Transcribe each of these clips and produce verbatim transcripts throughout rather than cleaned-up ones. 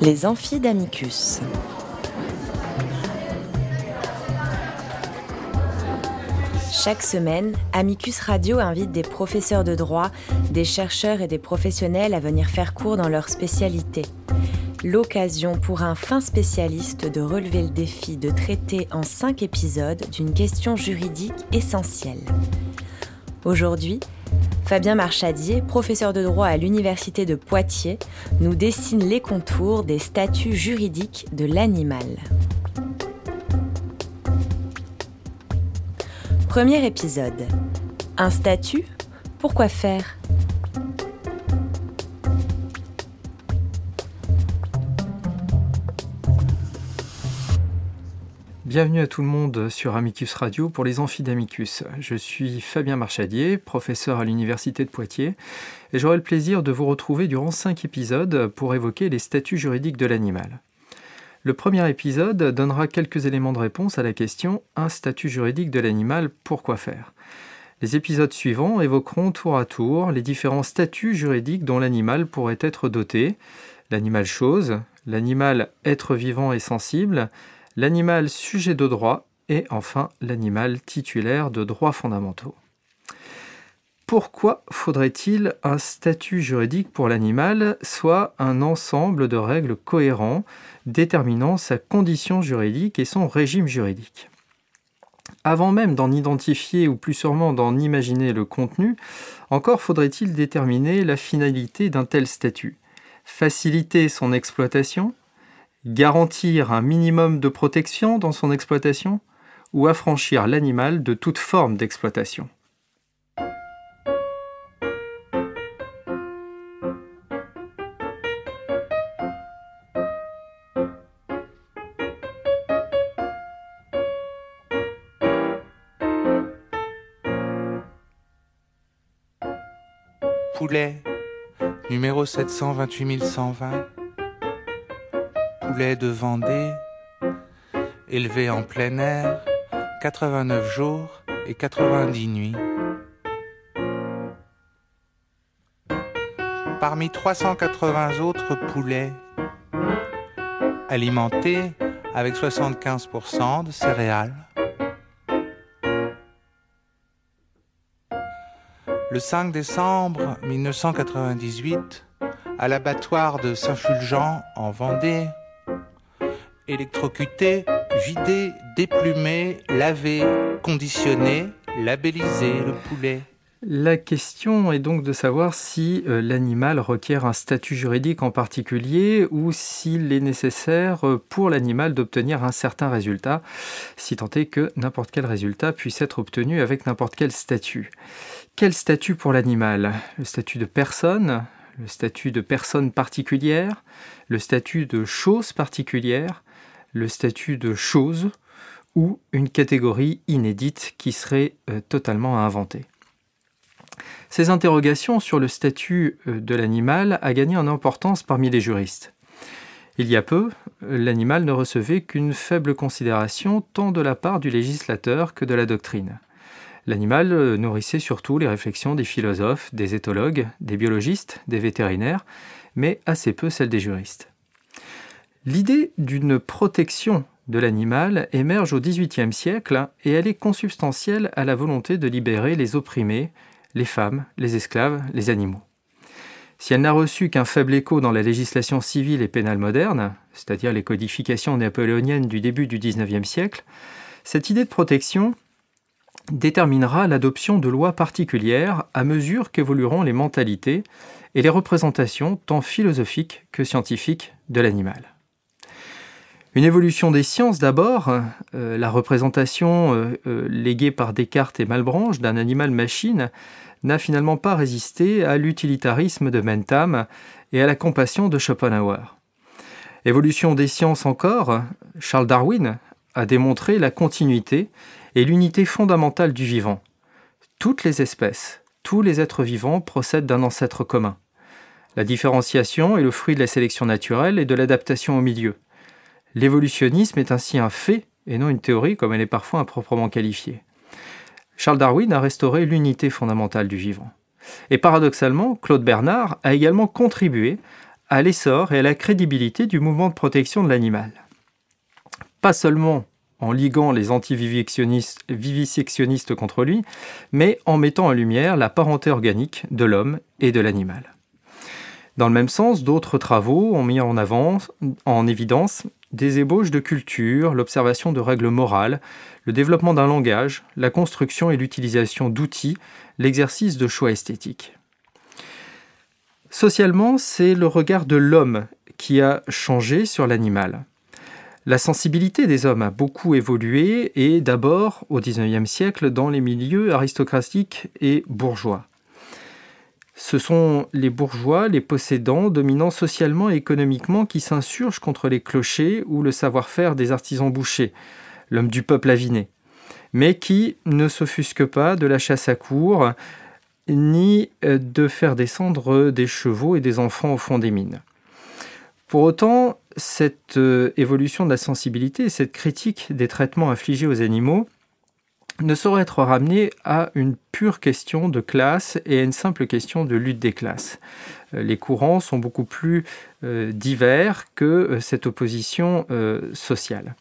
Les amphis d'Amicus. Chaque semaine, Amicus Radio invite des professeurs de droit, des chercheurs et des professionnels à venir faire cours dans leur spécialité. L'occasion pour un fin spécialiste de relever le défi de traiter en cinq épisodes d'une question juridique essentielle. Aujourd'hui, Fabien Marchadier, professeur de droit à l'Université de Poitiers, nous dessine les contours des statuts juridiques de l'animal. Premier épisode. Un statut ? Pourquoi faire ? Bienvenue à tout le monde sur Amicus Radio pour les amphis d'Amicus. Je suis Fabien Marchadier, professeur à l'Université de Poitiers, et j'aurai le plaisir de vous retrouver durant cinq épisodes pour évoquer les statuts juridiques de l'animal. Le premier épisode donnera quelques éléments de réponse à la question « Un statut juridique de l'animal, pourquoi faire ?» Les épisodes suivants évoqueront tour à tour les différents statuts juridiques dont l'animal pourrait être doté, l'animal chose, l'animal être vivant et sensible, l'animal sujet de droit et enfin l'animal titulaire de droits fondamentaux. Pourquoi faudrait-il un statut juridique pour l'animal, soit un ensemble de règles cohérents déterminant sa condition juridique et son régime juridique ? Avant même d'en identifier ou plus sûrement d'en imaginer le contenu, encore faudrait-il déterminer la finalité d'un tel statut. Faciliter son exploitation ? Garantir un minimum de protection dans son exploitation ou affranchir l'animal de toute forme d'exploitation. Poulet, numéro sept cent vingt-huit mille cent vingt. Poulet de Vendée, élevé en plein air, quatre-vingt-neuf jours et quatre-vingt-dix nuits. Parmi trois cent quatre-vingts autres poulets, alimentés avec soixante-quinze pour cent de céréales. Le cinq décembre mille neuf cent quatre-vingt-dix-huit, à l'abattoir de Saint-Fulgent en Vendée, électrocuté, vidé, déplumé, lavé, conditionné, labellisé le poulet. La question est donc de savoir si euh, l'animal requiert un statut juridique en particulier ou s'il est nécessaire euh, pour l'animal d'obtenir un certain résultat, si tant est que n'importe quel résultat puisse être obtenu avec n'importe quel statut. Quel statut pour l'animal ? Le statut de personne, le statut de personne particulière, le statut de chose particulière, le statut de chose ou une catégorie inédite qui serait euh, totalement à inventer. Ces interrogations sur le statut euh, de l'animal a gagné en importance parmi les juristes. Il y a peu, l'animal ne recevait qu'une faible considération tant de la part du législateur que de la doctrine. L'animal euh, nourrissait surtout les réflexions des philosophes, des éthologues, des biologistes, des vétérinaires, mais assez peu celles des juristes. L'idée d'une protection de l'animal émerge au dix-huitième siècle et elle est consubstantielle à la volonté de libérer les opprimés, les femmes, les esclaves, les animaux. Si elle n'a reçu qu'un faible écho dans la législation civile et pénale moderne, c'est-à-dire les codifications napoléoniennes du début du dix-neuvième siècle, cette idée de protection déterminera l'adoption de lois particulières à mesure qu'évolueront les mentalités et les représentations tant philosophiques que scientifiques de l'animal. Une évolution des sciences d'abord, euh, la représentation euh, euh, léguée par Descartes et Malebranche d'un animal-machine n'a finalement pas résisté à l'utilitarisme de Bentham et à la compassion de Schopenhauer. Évolution des sciences encore, Charles Darwin a démontré la continuité et l'unité fondamentale du vivant. Toutes les espèces, tous les êtres vivants procèdent d'un ancêtre commun. La différenciation est le fruit de la sélection naturelle et de l'adaptation au milieu. L'évolutionnisme est ainsi un fait et non une théorie comme elle est parfois improprement qualifiée. Charles Darwin a restauré l'unité fondamentale du vivant. Et paradoxalement, Claude Bernard a également contribué à l'essor et à la crédibilité du mouvement de protection de l'animal. Pas seulement en liguant les anti-vivisectionnistes contre lui, mais en mettant en lumière la parenté organique de l'homme et de l'animal. Dans le même sens, d'autres travaux ont mis en avant, en évidence, des ébauches de culture, l'observation de règles morales, le développement d'un langage, la construction et l'utilisation d'outils, l'exercice de choix esthétiques. Socialement, c'est le regard de l'homme qui a changé sur l'animal. La sensibilité des hommes a beaucoup évolué, et d'abord, au dix-neuvième siècle, dans les milieux aristocratiques et bourgeois. Ce sont les bourgeois, les possédants, dominants socialement et économiquement, qui s'insurgent contre les clochers ou le savoir-faire des artisans bouchers, l'homme du peuple aviné, mais qui ne s'offusquent pas de la chasse à courre, ni de faire descendre des chevaux et des enfants au fond des mines. Pour autant, cette euh, évolution de la sensibilité et cette critique des traitements infligés aux animaux ne saurait être ramenée à une pure question de classe et à une simple question de lutte des classes. Euh, les courants sont beaucoup plus euh, divers que euh, cette opposition euh, sociale.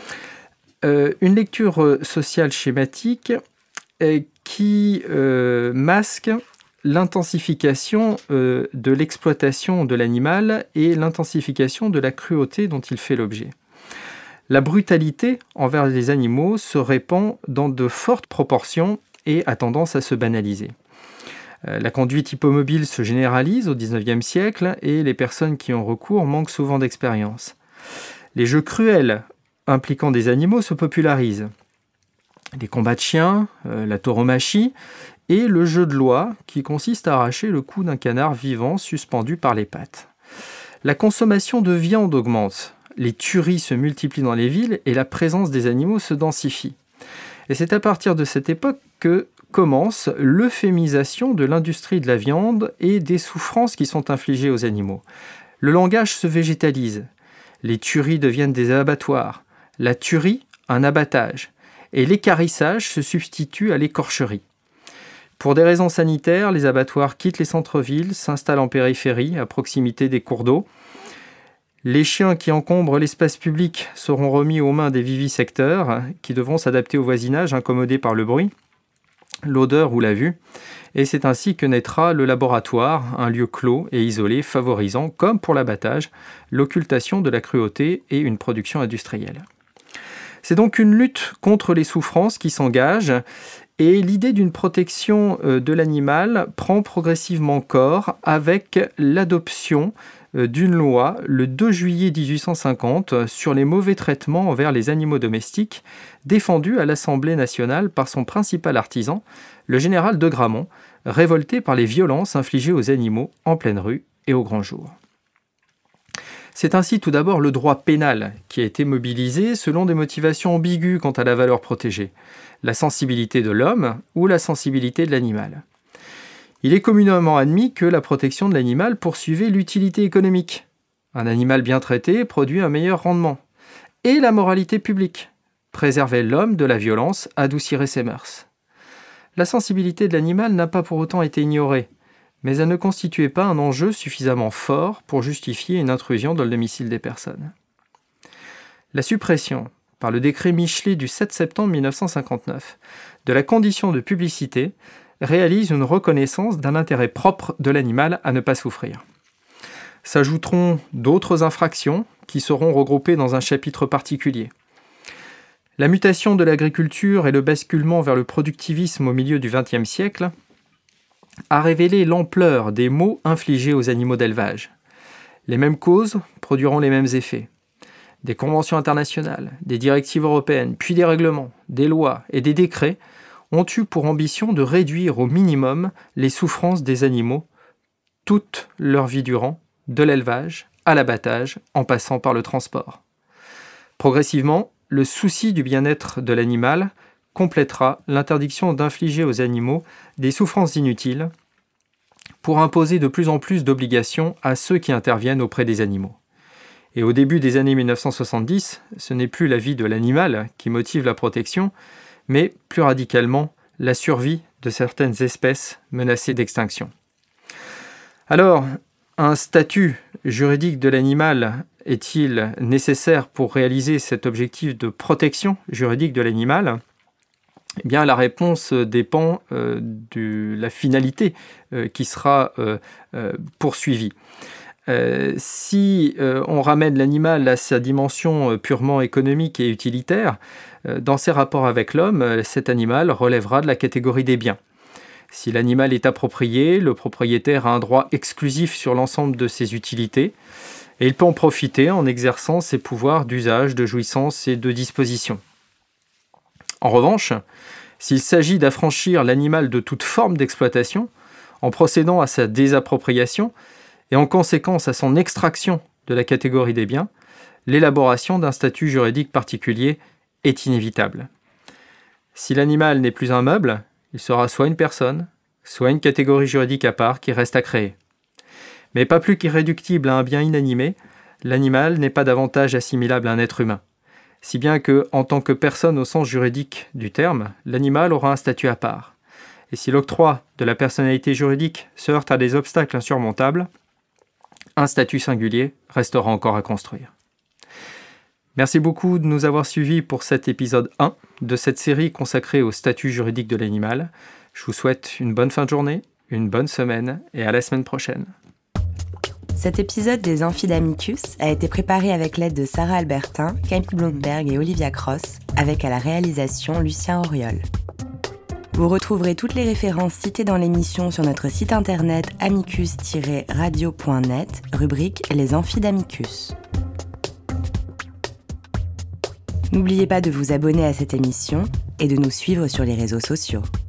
Euh, une lecture euh, sociale schématique euh, qui euh, masque l'intensification euh, de l'exploitation de l'animal et l'intensification de la cruauté dont il fait l'objet. La brutalité envers les animaux se répand dans de fortes proportions et a tendance à se banaliser. Euh, la conduite hippomobile se généralise au dix-neuvième siècle et les personnes qui ont recours manquent souvent d'expérience. Les jeux cruels impliquant des animaux se popularisent. Les combats de chiens, euh, la tauromachie, et le jeu de l'oie, qui consiste à arracher le cou d'un canard vivant suspendu par les pattes. La consommation de viande augmente, les tueries se multiplient dans les villes et la présence des animaux se densifie. Et c'est à partir de cette époque que commence l'euphémisation de l'industrie de la viande et des souffrances qui sont infligées aux animaux. Le langage se végétalise, les tueries deviennent des abattoirs, la tuerie un abattage, et l'équarrissage se substitue à l'écorcherie. Pour des raisons sanitaires, les abattoirs quittent les centres-villes, s'installent en périphérie, à proximité des cours d'eau. Les chiens qui encombrent l'espace public seront remis aux mains des vivisecteurs, qui devront s'adapter au voisinage, incommodés par le bruit, l'odeur ou la vue. Et c'est ainsi que naîtra le laboratoire, un lieu clos et isolé, favorisant, comme pour l'abattage, l'occultation de la cruauté et une production industrielle. C'est donc une lutte contre les souffrances qui s'engage, et l'idée d'une protection de l'animal prend progressivement corps avec l'adoption d'une loi le deux juillet dix-huit cent cinquante sur les mauvais traitements envers les animaux domestiques, défendue à l'Assemblée nationale par son principal artisan, le général de Gramont, révolté par les violences infligées aux animaux en pleine rue et au grand jour. C'est ainsi tout d'abord le droit pénal qui a été mobilisé selon des motivations ambiguës quant à la valeur protégée, la sensibilité de l'homme ou la sensibilité de l'animal. Il est communément admis que la protection de l'animal poursuivait l'utilité économique. Un animal bien traité produit un meilleur rendement. Et la moralité publique préservait l'homme de la violence, adoucirait ses mœurs. La sensibilité de l'animal n'a pas pour autant été ignorée, mais elle ne constituait pas un enjeu suffisamment fort pour justifier une intrusion dans le domicile des personnes. La suppression, par le décret Michelet du sept septembre mille neuf cent cinquante-neuf, de la condition de publicité réalise une reconnaissance d'un intérêt propre de l'animal à ne pas souffrir. S'ajouteront d'autres infractions qui seront regroupées dans un chapitre particulier. La mutation de l'agriculture et le basculement vers le productivisme au milieu du vingtième siècle a révélé l'ampleur des maux infligés aux animaux d'élevage. Les mêmes causes produiront les mêmes effets. Des conventions internationales, des directives européennes, puis des règlements, des lois et des décrets ont eu pour ambition de réduire au minimum les souffrances des animaux toute leur vie durant, de l'élevage à l'abattage, en passant par le transport. Progressivement, le souci du bien-être de l'animal complétera l'interdiction d'infliger aux animaux des souffrances inutiles pour imposer de plus en plus d'obligations à ceux qui interviennent auprès des animaux. Et au début des années mille neuf cent soixante-dix, ce n'est plus la vie de l'animal qui motive la protection, mais plus radicalement la survie de certaines espèces menacées d'extinction. Alors, un statut juridique de l'animal est-il nécessaire pour réaliser cet objectif de protection juridique de l'animal ? Eh bien, la réponse dépend euh, de la finalité euh, qui sera euh, euh, poursuivie. Euh, si euh, on ramène l'animal à sa dimension euh, purement économique et utilitaire, euh, dans ses rapports avec l'homme, euh, cet animal relèvera de la catégorie des biens. Si l'animal est approprié, le propriétaire a un droit exclusif sur l'ensemble de ses utilités et il peut en profiter en exerçant ses pouvoirs d'usage, de jouissance et de disposition. En revanche, s'il s'agit d'affranchir l'animal de toute forme d'exploitation, en procédant à sa désappropriation et en conséquence à son extraction de la catégorie des biens, l'élaboration d'un statut juridique particulier est inévitable. Si l'animal n'est plus un meuble, il sera soit une personne, soit une catégorie juridique à part qui reste à créer. Mais pas plus qu'irréductible à un bien inanimé, l'animal n'est pas davantage assimilable à un être humain. Si bien que, en tant que personne au sens juridique du terme, l'animal aura un statut à part. Et si l'octroi de la personnalité juridique se heurte à des obstacles insurmontables, un statut singulier restera encore à construire. Merci beaucoup de nous avoir suivis pour cet épisode un de cette série consacrée au statut juridique de l'animal. Je vous souhaite une bonne fin de journée, une bonne semaine et à la semaine prochaine. Cet épisode des Amphidamicus a été préparé avec l'aide de Sarah Albertin, Camille Blomberg et Olivia Cross, avec à la réalisation Lucien Auriol. Vous retrouverez toutes les références citées dans l'émission sur notre site internet amicus tiret radio point net, rubrique Les Amphidamicus. N'oubliez pas de vous abonner à cette émission et de nous suivre sur les réseaux sociaux.